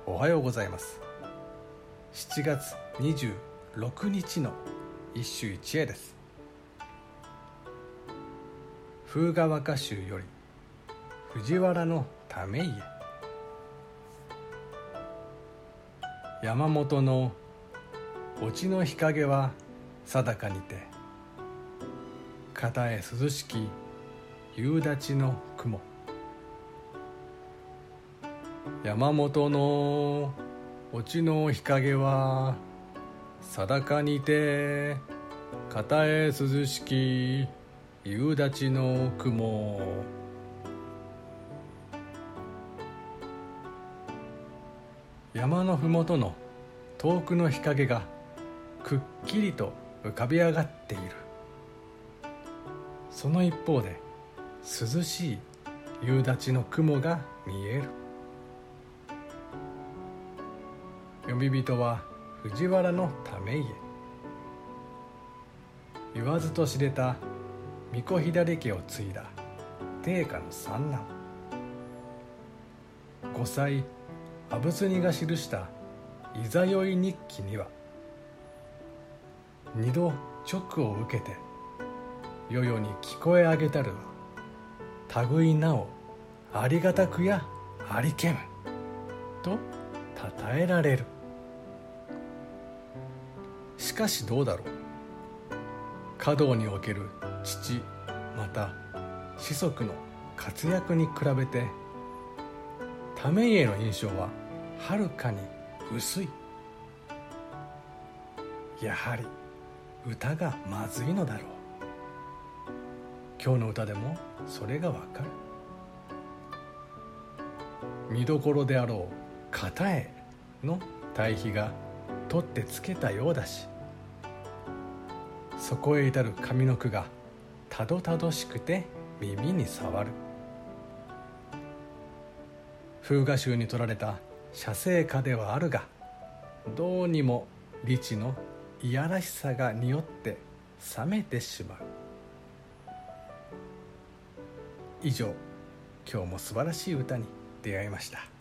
おはようございます。7月26日の一首一会です。風雅和歌集より藤原のため家。山本の落ちの日陰は定かにて、片へ涼しき夕立の雲。山本の落ちの日陰は定かにて、片へ涼しき夕立の雲。山のふもとの遠くの日陰がくっきりと浮かび上がっている。その一方で涼しい夕立の雲が見える。呼び人は藤原のため家。言わずと知れた巫女左家を継いだ定家の三男。5歳阿仏にが記したいざよい日記には、二度勅を受けて世々に聞こえ上げたるは、類なおありがたくやありけむとたたえられる。しかしどうだろう。華道における父また子息の活躍に比べて、ため家の印象ははるかに薄い。やはり歌がまずいのだろう。今日の歌でもそれがわかる。見どころであろう片への対比が取ってつけたようだし、そこへ至る上の句がたどたどしくて耳に障る。風雅集に取られた写生歌ではあるが、どうにも理智のいやらしさがにおって冷めてしまう。以上、今日も素晴らしい歌に出会いました。